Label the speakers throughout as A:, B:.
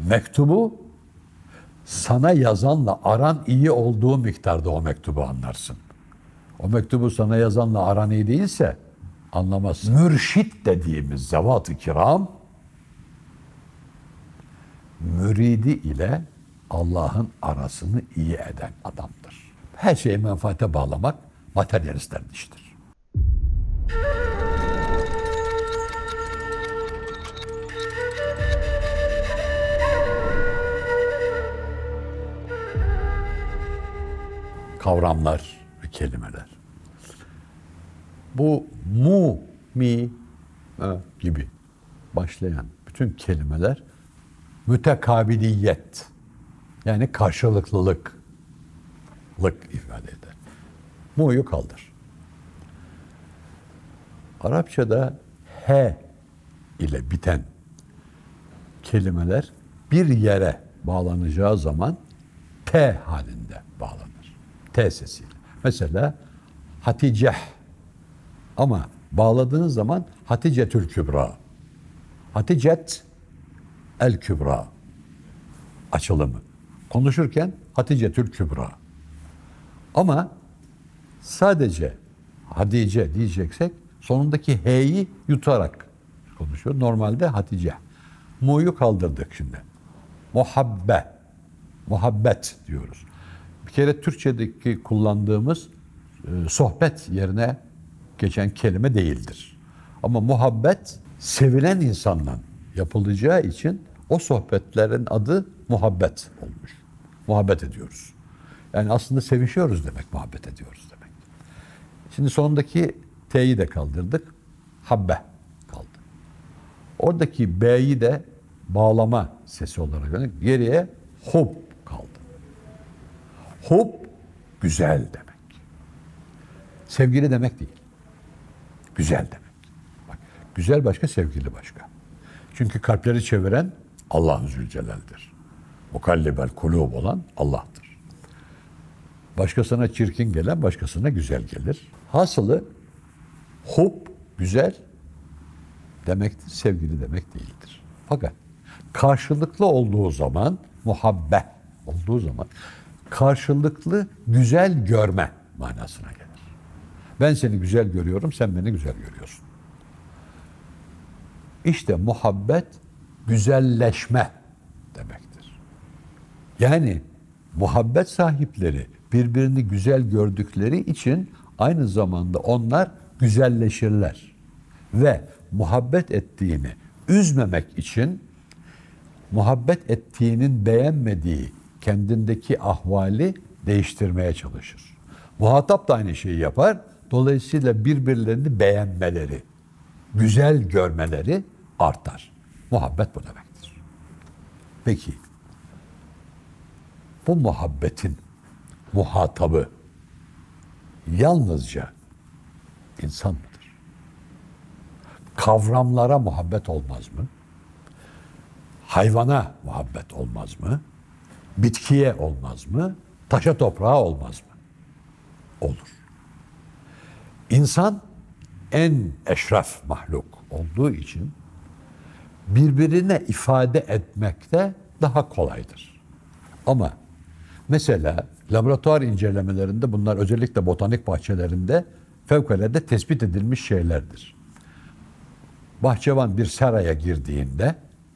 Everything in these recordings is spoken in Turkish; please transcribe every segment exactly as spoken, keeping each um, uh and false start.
A: Mektubu sana yazanla aran iyi olduğu miktarda o mektubu anlarsın. O mektubu sana yazanla aran iyi değilse anlamazsın. Mürşit dediğimiz zevat-ı kiram, müridi ile Allah'ın arasını iyi eden adamdır. Her şeyi menfaate bağlamak materyalistlerin işidir. Kavramlar ve kelimeler. Bu mu, mi ha, gibi başlayan bütün kelimeler mütekabiliyet, yani karşılıklılık lık ifade eder. Mu'yu kaldır. Arapçada he ile biten kelimeler bir yere bağlanacağı zaman T halinde bağlanır. T sesiyle. Mesela Hatice, ama bağladığınız zaman Haticetül Kübra. Haticet el Kübra açılımı. Konuşurken Haticetül Kübra. Ama sadece Hatice diyeceksek sonundaki H'yi yutarak konuşuyor. Normalde Hatice. Mu'yu kaldırdık şimdi. Muhabbe. Muhabbet diyoruz. Bir kere Türkçedeki kullandığımız e, sohbet yerine geçen kelime değildir. Ama muhabbet sevilen insanla yapılacağı için o sohbetlerin adı muhabbet olmuş. Muhabbet ediyoruz. Yani aslında sevişiyoruz demek, muhabbet ediyoruz demek. Şimdi sonundaki T'yi de kaldırdık. Habbe kaldı. Oradaki B'yi de bağlama sesi olarak gönderdik. Geriye hub kaldı. Hub güzel demek. Sevgili demek değil. Güzel demek. Bak, güzel başka, sevgili başka. Çünkü kalpleri çeviren Allah-u Zülcelal'dir. Mukallibel kulub olan Allah'tır. Başkasına çirkin gelen başkasına güzel gelir. Hasılı hub, güzel demektir, sevgili demek değildir. Fakat karşılıklı olduğu zaman, muhabbe olduğu zaman karşılıklı güzel görme manasına gelir. Ben seni güzel görüyorum, sen beni güzel görüyorsun. İşte muhabbet güzelleşme demektir. Yani muhabbet sahipleri birbirini güzel gördükleri için aynı zamanda onlar güzelleşirler. Ve muhabbet ettiğini üzmemek için muhabbet ettiğinin beğenmediği kendindeki ahvali değiştirmeye çalışır. Muhatap da aynı şeyi yapar. Dolayısıyla birbirlerini beğenmeleri, güzel görmeleri artar. Muhabbet bu demektir. Peki, bu muhabbetin muhatabı yalnızca insan mıdır? Kavramlara muhabbet olmaz mı? Hayvana muhabbet olmaz mı? Bitkiye olmaz mı? Taşa toprağa olmaz mı? Olur. İnsan en eşref mahluk olduğu için birbirine ifade etmekte daha kolaydır. Ama mesela laboratuvar incelemelerinde bunlar özellikle botanik bahçelerinde fevkalade tespit edilmiş şeylerdir. Bahçıvan bir seraya girdiğinde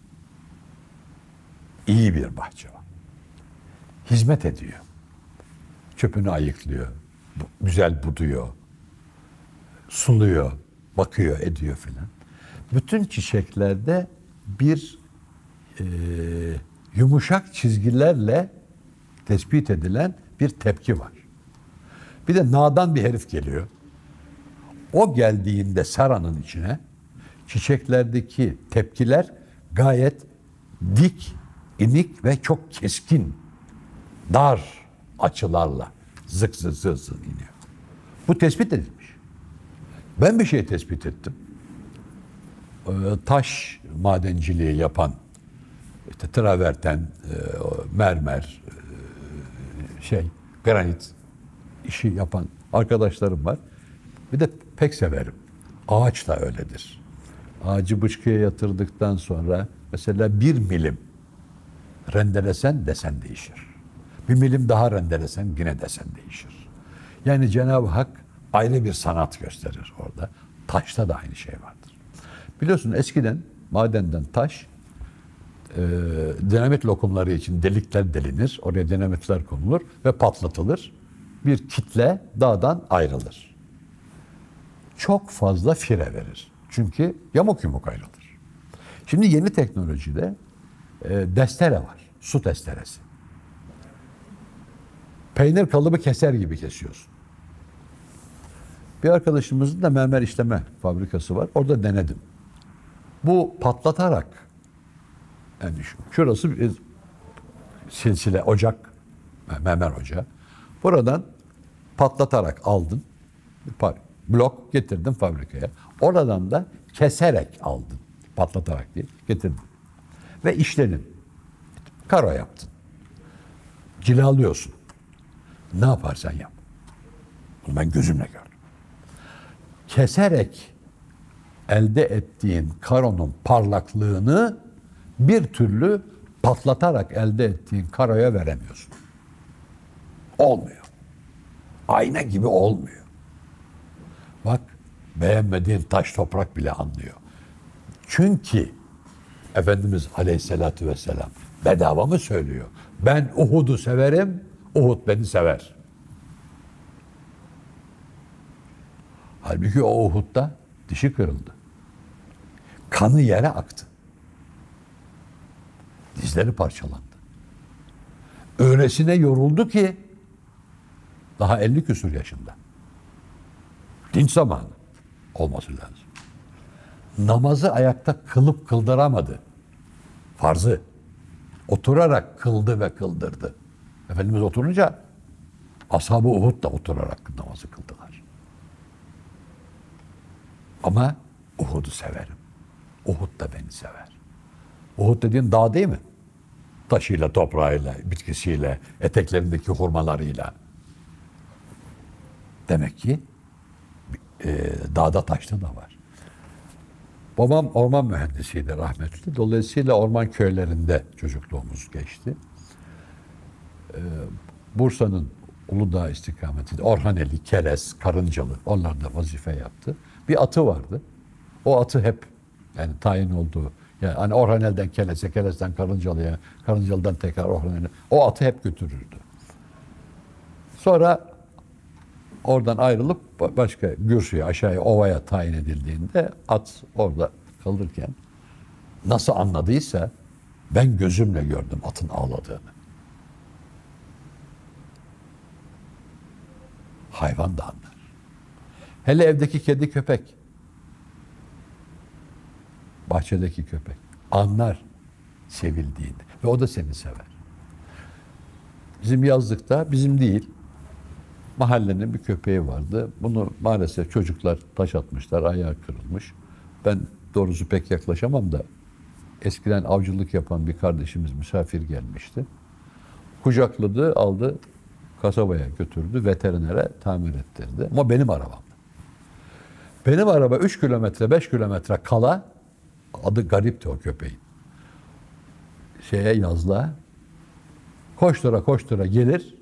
A: iyi bir bahçıvan hizmet ediyor. Çöpünü ayıklıyor, güzel buduyor, suluyor, bakıyor, ediyor filan. Bütün çiçeklerde bir e, yumuşak çizgilerle tespit edilen bir tepki var. Bir de nadan bir herif geliyor. O geldiğinde seranın içine çiçeklerdeki tepkiler gayet dik, inik ve çok keskin, dar açılarla zık zık zık zık iniyor. Bu tespit edilmiş. Ben bir şey tespit ettim. Ee, taş madenciliği yapan, işte traverten, e, mermer, e, şey, granit işi yapan arkadaşlarım var. Bir de pek severim. Ağaç da öyledir. Ağacı bıçkıya yatırdıktan sonra mesela bir milim Rendelesen desen değişir. Bir milim daha rendelesen yine desen değişir. Yani Cenab-ı Hak ayrı bir sanat gösterir orada. Taşta da aynı şey vardır. Biliyorsun eskiden madenden taş e, dinamit lokumları için delikler delinir. Oraya dinamitler konulur ve patlatılır. Bir kitle dağdan ayrılır. Çok fazla fire verir. Çünkü yamuk yumuk ayrılır. Şimdi yeni teknolojide e, destere var. Su testeresi. Peynir kalıbı keser gibi kesiyorsun. Bir arkadaşımızın da mermer işleme fabrikası var. Orada denedim. Bu patlatarak, yani şurası bir silsile ocak, mermer ocağı. Buradan patlatarak aldın. Bir blok getirdin fabrikaya. Oradan da keserek aldın. Patlatarak değil, getirdin. Ve işledin. Karo yaptın. Cilalıyorsun. Ne yaparsan yap. Bunu ben gözümle gördüm. Keserek elde ettiğin karonun parlaklığını bir türlü patlatarak elde ettiğin karoya veremiyorsun. Olmuyor. Ayna gibi olmuyor. Bak, beğenmediğin taş toprak bile anlıyor. Çünkü Efendimiz Aleyhisselatü Vesselam bedava mı söylüyor? Ben Uhud'u severim, Uhud beni sever. Halbuki o Uhud'da dişi kırıldı. Kanı yere aktı. Dizleri parçalandı. Öylesine yoruldu ki daha elli küsur yaşında. Dinç zamanı olması lazım. Namazı ayakta kılıp kıldıramadı. Farzı. Oturarak kıldı ve kıldırdı. Efendimiz oturunca ashab-ı Uhud da oturarak namazı kıldılar. Ama Uhud'u severim. Uhud da beni sever. Uhud dediğin dağ değil mi? Taşıyla, toprağıyla, bitkisiyle, eteklerindeki hurmalarıyla. Demek ki e, dağda taşta da var. Babam orman mühendisiydi rahmetli. Dolayısıyla orman köylerinde çocukluğumuz geçti. Ee, Bursa'nın Uludağ istikametinde Orhaneli, Keres, Karıncalı onlarda vazife yaptı. Bir atı vardı. O atı hep yani tayin olduğu yani hani Orhanel'den Keles'e, Keles'ten Karıncalı'ya, Karıncalı'dan tekrar Orhanel'e o atı hep götürürdü. Sonra oradan ayrılıp başka Gürsü'ye, aşağıya Ova'ya tayin edildiğinde at orada kalırken nasıl anladıysa ben gözümle gördüm atın ağladığını. Hayvan da anlar. Hele evdeki kedi köpek, bahçedeki köpek anlar sevildiğini ve o da seni sever. Bizim yazlıkta, bizim değil, mahallenin bir köpeği vardı. Bunu maalesef çocuklar taş atmışlar, ayağı kırılmış. Ben doğrusu pek yaklaşamam da eskiden avcılık yapan bir kardeşimiz misafir gelmişti. Kucakladı, aldı, kasabaya götürdü, veterinere tamir ettirdi. Ama benim arabam. Benim araba üç kilometre, beş kilometre kala, adı garipti o köpeğin. Şeye yazlığa, koştura koştura gelir.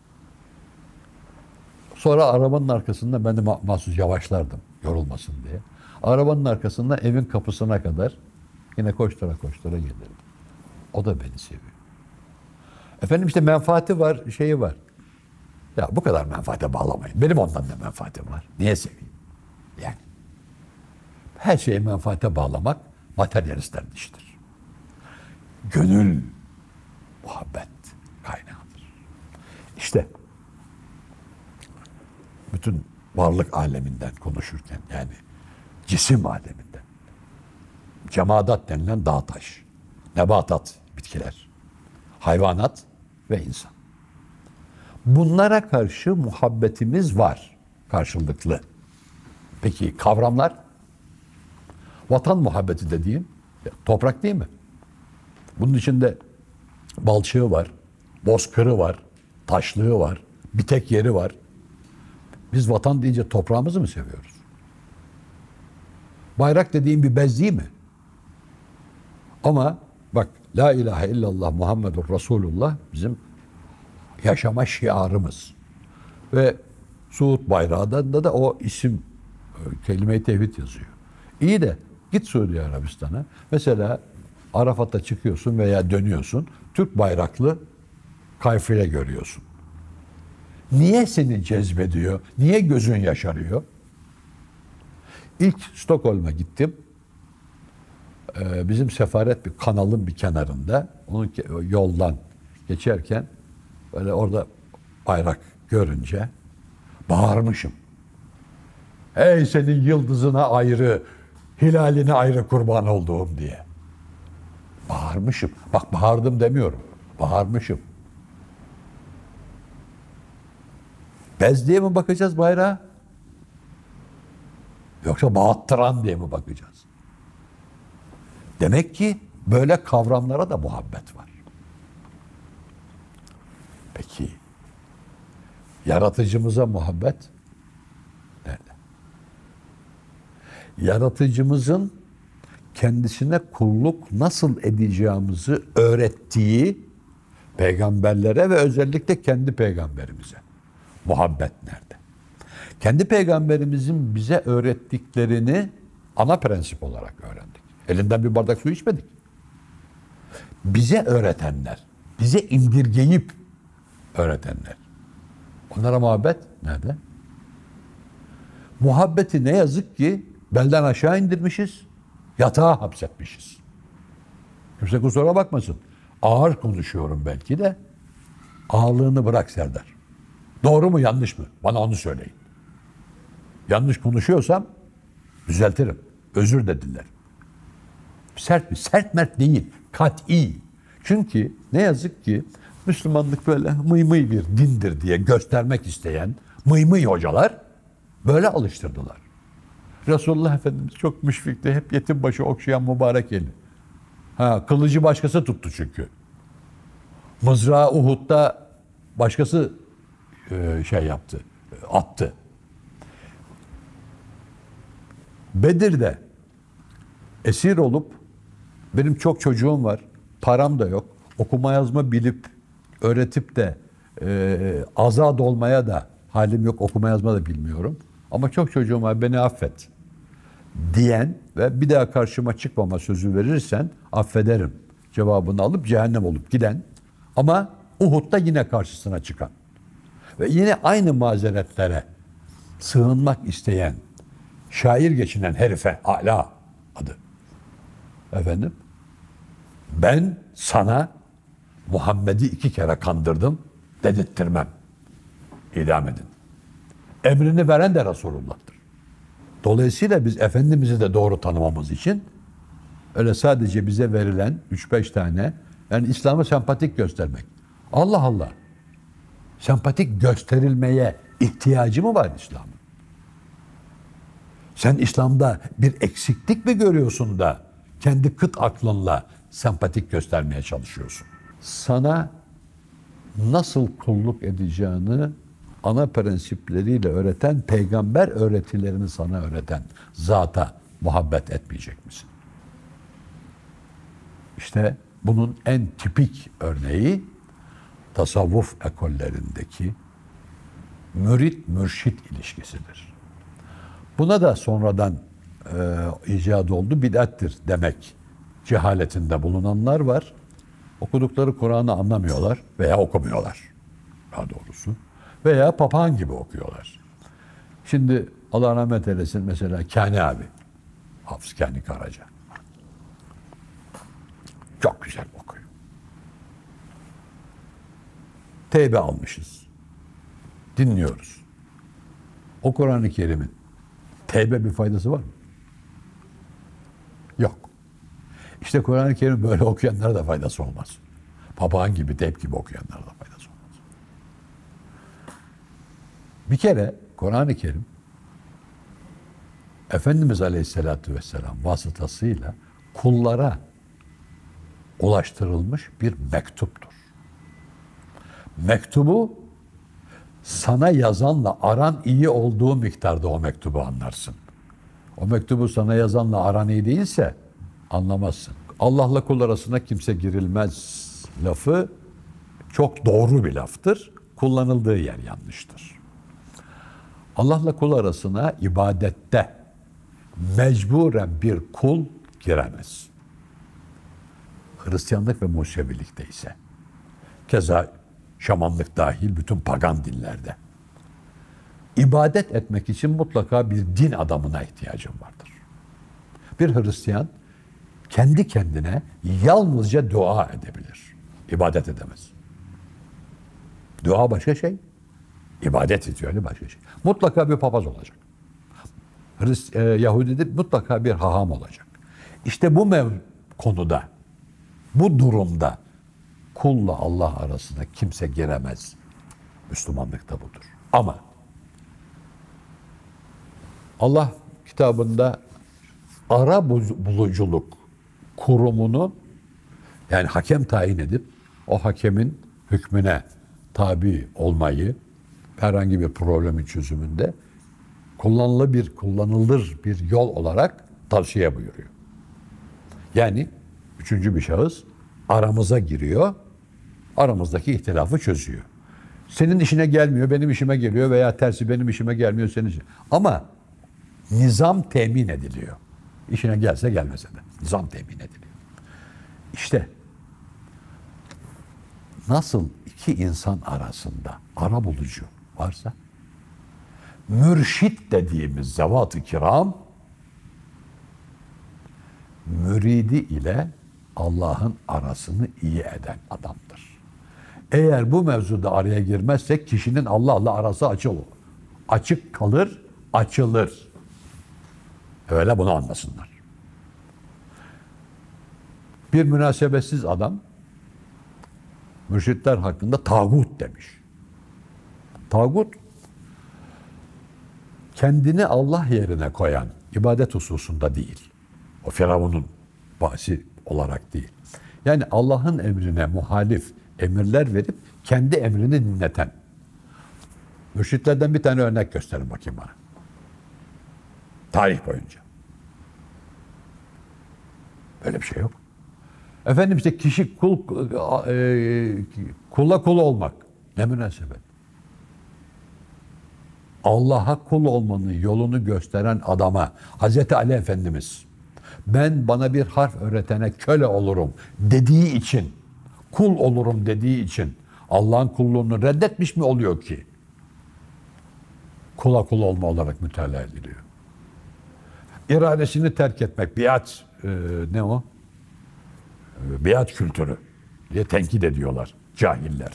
A: Sonra arabanın arkasında ben de mahsus yavaşlardım yorulmasın diye. Arabanın arkasında evin kapısına kadar yine koştura koştura gelirdim. O da beni seviyor. Efendim işte menfaati var, şeyi var. Ya bu kadar menfaate bağlamayın. Benim ondan da menfaatim var. Niye seveyim? Yani. Her şeyi menfaate bağlamak materyalistlerin işidir. Gönül muhabbet kaynağıdır. İşte bütün varlık aleminden konuşurken yani cisim aleminden cemadat denilen dağ taş, nebatat, bitkiler, hayvanat ve insan. Bunlara karşı muhabbetimiz var karşılıklı. Peki kavramlar? Vatan muhabbeti dediğim toprak değil mi? Bunun içinde balçığı var, bozkırı var, taşlığı var, bir tek yeri var. Biz vatan deyince toprağımızı mı seviyoruz? Bayrak dediğim bir bez değil mi? Ama bak La ilahe illallah Muhammedur Resulullah bizim yaşama şiarımız. Ve Suud bayrağında da o isim, kelime-i tevhid yazıyor. İyi de git Suudi Arabistan'a. Mesela Arafat'a çıkıyorsun veya dönüyorsun. Türk bayraklı kafile görüyorsun. Niye seni cezbediyor? Niye gözün yaşarıyor? İlk Stockholm'a gittim. Ee, bizim sefaret bir kanalın bir kenarında. Onun yoldan geçerken böyle orada bayrak görünce bağırmışım. Ey senin yıldızına ayrı, hilaline ayrı kurban olduğum diye. Bağırmışım. Bak bağırdım demiyorum. Bağırmışım. Bez diye mi bakacağız bayrağa? Yoksa bağıttıran diye mi bakacağız? Demek ki böyle kavramlara da muhabbet var. Peki, yaratıcımıza muhabbet nerede? Yaratıcımızın kendisine kulluk nasıl edeceğimizi öğrettiği peygamberlere ve özellikle kendi peygamberimize muhabbet nerede? Kendi peygamberimizin bize öğrettiklerini ana prensip olarak öğrendik. Elinden bir bardak su içmedik. Bize öğretenler, bize indirgeyip öğretenler. Onlara muhabbet nerede? Muhabbeti ne yazık ki belden aşağı indirmişiz, yatağa hapsetmişiz. Kimse kusura bakmasın. Ağır konuşuyorum belki de. Ağırlığını bırak Serdar. Doğru mu yanlış mı? Bana onu söyleyin. Yanlış konuşuyorsam düzeltirim. Özür de dilerim. Sert mi? Sert mert değil. Kat'i. Çünkü ne yazık ki Müslümanlık böyle mıy mıy bir dindir diye göstermek isteyen mıy mıy hocalar böyle alıştırdılar. Resulullah Efendimiz çok müşfikti. Hep yetim başı okşayan mübarek eli. Ha, kılıcı başkası tuttu çünkü. Mızrağı Uhud'da başkası e, şey yaptı, attı. Bedir'de esir olup benim çok çocuğum var, param da yok. Okuma yazma bilip öğretip de e, azad olmaya da halim yok, okuma yazma da bilmiyorum. Ama çok çocuğum var, beni affet diyen ve bir daha karşıma çıkmama sözü verirsen affederim cevabını alıp cehennem olup giden ama Uhud'da yine karşısına çıkan ve yine aynı mazeretlere sığınmak isteyen şair geçinen herife Ala adı. Efendim, ben sana Muhammed'i iki kere kandırdım, dedirttirmem. İdam edin. Emrini veren de Resulullah'tır. Dolayısıyla biz Efendimiz'i de doğru tanımamız için öyle sadece bize verilen üç beş tane, yani İslam'ı sempatik göstermek. Allah Allah. Sempatik gösterilmeye ihtiyacı mı var İslam'ın? Sen İslam'da bir eksiklik mi görüyorsun da kendi kıt aklınla sempatik göstermeye çalışıyorsun? Sana nasıl kulluk edeceğini ana prensipleriyle öğreten, peygamber öğretilerini sana öğreten zata muhabbet etmeyecek misin? İşte bunun en tipik örneği tasavvuf ekollerindeki mürit-mürşit ilişkisidir. Buna da sonradan e, icat oldu, bid'attir demek cehaletinde bulunanlar var. Okudukları Kur'an'ı anlamıyorlar veya okumuyorlar daha doğrusu. Veya papağan gibi okuyorlar. Şimdi Allah rahmet eylesin mesela Kani abi, Hafız Kani Karaca. Çok güzel okuyor. Tevbe almışız. Dinliyoruz. O Kur'an-ı Kerim'in tevbe bir faydası var mı? Yok. İşte Kur'an-ı Kerim böyle okuyanlara da faydası olmaz. Papağan gibi, teyp gibi okuyanlara da faydası olmaz. Bir kere Kur'an-ı Kerim Efendimiz Aleyhisselatü Vesselam vasıtasıyla kullara ulaştırılmış bir mektuptur. Mektubu sana yazanla aran iyi olduğu miktarda o mektubu anlarsın. O mektubu sana yazanla aran iyi değilse anlamazsın. Allah'la kul arasına kimse girilmez lafı çok doğru bir laftır. Kullanıldığı yer yanlıştır. Allah'la kul arasına ibadette mecburen bir kul giremez. Hristiyanlık ve Musevilikte ise, keza Şamanlık dahil bütün pagan dinlerde ibadet etmek için mutlaka bir din adamına ihtiyacım vardır. Bir Hristiyan kendi kendine yalnızca dua edebilir. İbadet edemez. Dua başka şey, ibadet ritüeli başka şey. Mutlaka bir papaz olacak. Hrist, e, Yahudi'de mutlaka bir haham olacak. İşte bu mev konuda, bu durumda kulla Allah arasında kimse giremez. Müslümanlıkta budur. Ama Allah kitabında ara buluculuk kurumunu, yani hakem tayin edip o hakemin hükmüne tabi olmayı herhangi bir problemin çözümünde kullanılır bir kullanılır bir yol olarak tavsiye buyuruyor. Yani üçüncü bir şahıs aramıza giriyor, aramızdaki ihtilafı çözüyor. Senin işine gelmiyor, benim işime geliyor veya tersi benim işime gelmiyor, senin işine. Ama nizam temin ediliyor. İşine gelse gelmese de nizam temin ediliyor. İşte nasıl iki insan arasında arabulucu varsa, mürşit dediğimiz zevat-ı kiram müridi ile Allah'ın arasını iyi eden adamdır. Eğer bu mevzuda araya girmezsek kişinin Allah'la arası açılır. Açık kalır, açılır. Öyle bunu anlasınlar. Bir münasebetsiz adam mürşitler hakkında tağut demiş. Tağut kendini Allah yerine koyan, ibadet hususunda değil. O Firavun'un bahsi olarak değil. Yani Allah'ın emrine muhalif emirler verip kendi emrini dinleten. Mürşitlerden bir tane örnek gösterin bakayım bana. Tarih boyunca. Böyle bir şey yok. Efendim işte kişi kul, e, kula kul olmak. Ne münasebet. Allah'a kul olmanın yolunu gösteren adama Hazreti Ali Efendimiz, ben bana bir harf öğretene köle olurum dediği için, kul olurum dediği için Allah'ın kulluğunu reddetmiş mi oluyor ki? Kula kul olma olarak mütalaa ediliyor. İradesini terk etmek, biat e, ne o? E, biat kültürü diye tenkit ediyorlar cahiller.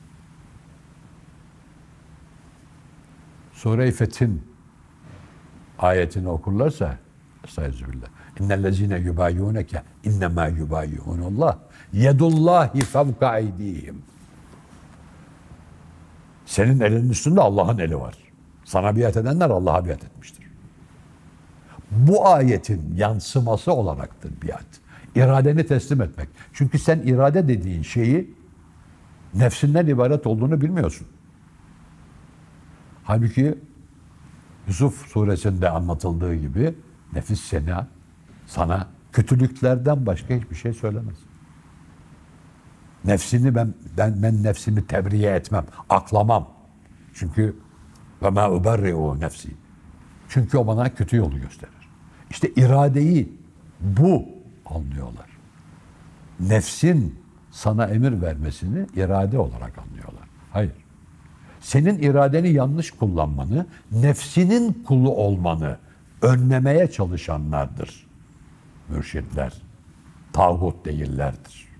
A: Sure-i Fetih'in ayetini okurlarsa estağfirullah. İnnellezine yubayyuneke innemâ yubayyunullah yedullâhi fevka eydihim. Senin elinin üstünde Allah'ın eli var. Sana biat edenler Allah'a biat etmiştir. Bu ayetin yansıması olaraktır biat. İradeni teslim etmek. Çünkü sen irade dediğin şeyi nefsinden ibaret olduğunu bilmiyorsun. Halbuki Yusuf suresinde anlatıldığı gibi nefis sana, sana kötülüklerden başka hiçbir şey söylemez. Nefsini ben, ben, ben nefsimi tebriye etmem, aklamam. Çünkü ve ma uberri'u nefsi. Çünkü o bana kötü yolu gösterir. İşte iradeyi bu anlıyorlar. Nefsin sana emir vermesini irade olarak anlıyorlar. Hayır. Senin iradeni yanlış kullanmanı, nefsinin kulu olmanı önlemeye çalışanlardır. Mürşitler, tağut değillerdir.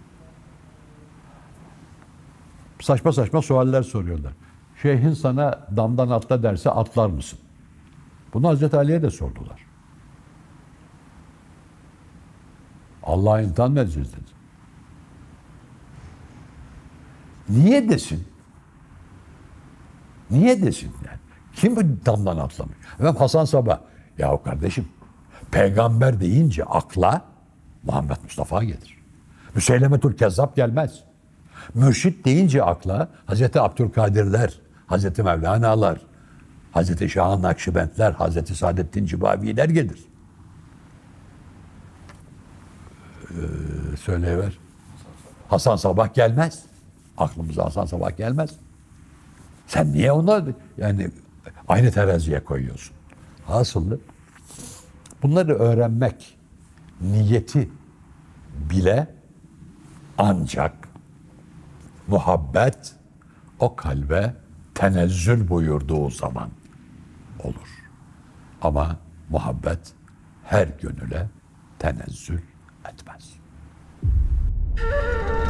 A: Saçma saçma sualler soruyorlar. Şeyhin sana damdan atla derse atlar mısın? Bunu Hazreti Ali'ye de sordular. Allah'a imtihan mı edeceğiz dedi. Niye desin? Niye desin yani? Kim bu damdan atlamıyor? Efendim Hasan Sabah. Ya kardeşim, peygamber deyince akla Muhammed Mustafa gelir. Müseylemetül Kezzab gelmez. Mürşit deyince akla Hazreti Abdülkadirler, Hazreti Mevlana'lar, Hazreti Şah-ı Nakşibendler, Hazreti Saadettin Cibavi'ler gelir. e, söyleyiver. Hasan Sabah gelmez. Aklımıza Hasan Sabah gelmez. Sen niye onu yani aynı teraziye koyuyorsun? Hasılı bunları öğrenmek niyeti bile ancak muhabbet o kalbe tenezzül buyurduğu zaman olur. Ama muhabbet her gönüle tenezzül etmez.